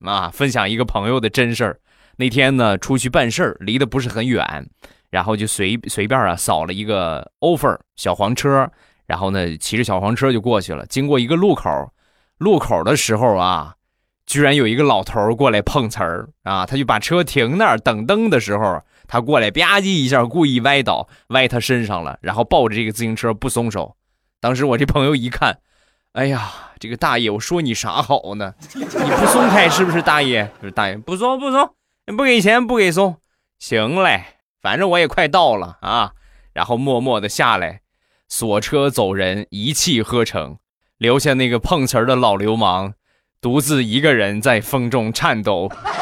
分享一个朋友的真事儿。那天呢出去办事儿，离得不是很远，然后就随便扫了一个 offer 小黄车，然后呢骑着小黄车就过去了。经过一个路口的时候啊，居然有一个老头过来碰瓷儿啊！他就把车停那儿等灯的时候，他过来吧唧一下，故意歪他身上了，然后抱着这个自行车不松手。当时我这朋友一看，哎呀，这个大爷，我说你啥好呢？你不松开是不是大爷？就是大爷不松，不给钱不给送。行嘞，反正我也快到了啊。然后默默的下来，锁车走人，一气呵成，留下那个碰瓷儿的老流氓独自一个人在风中颤抖。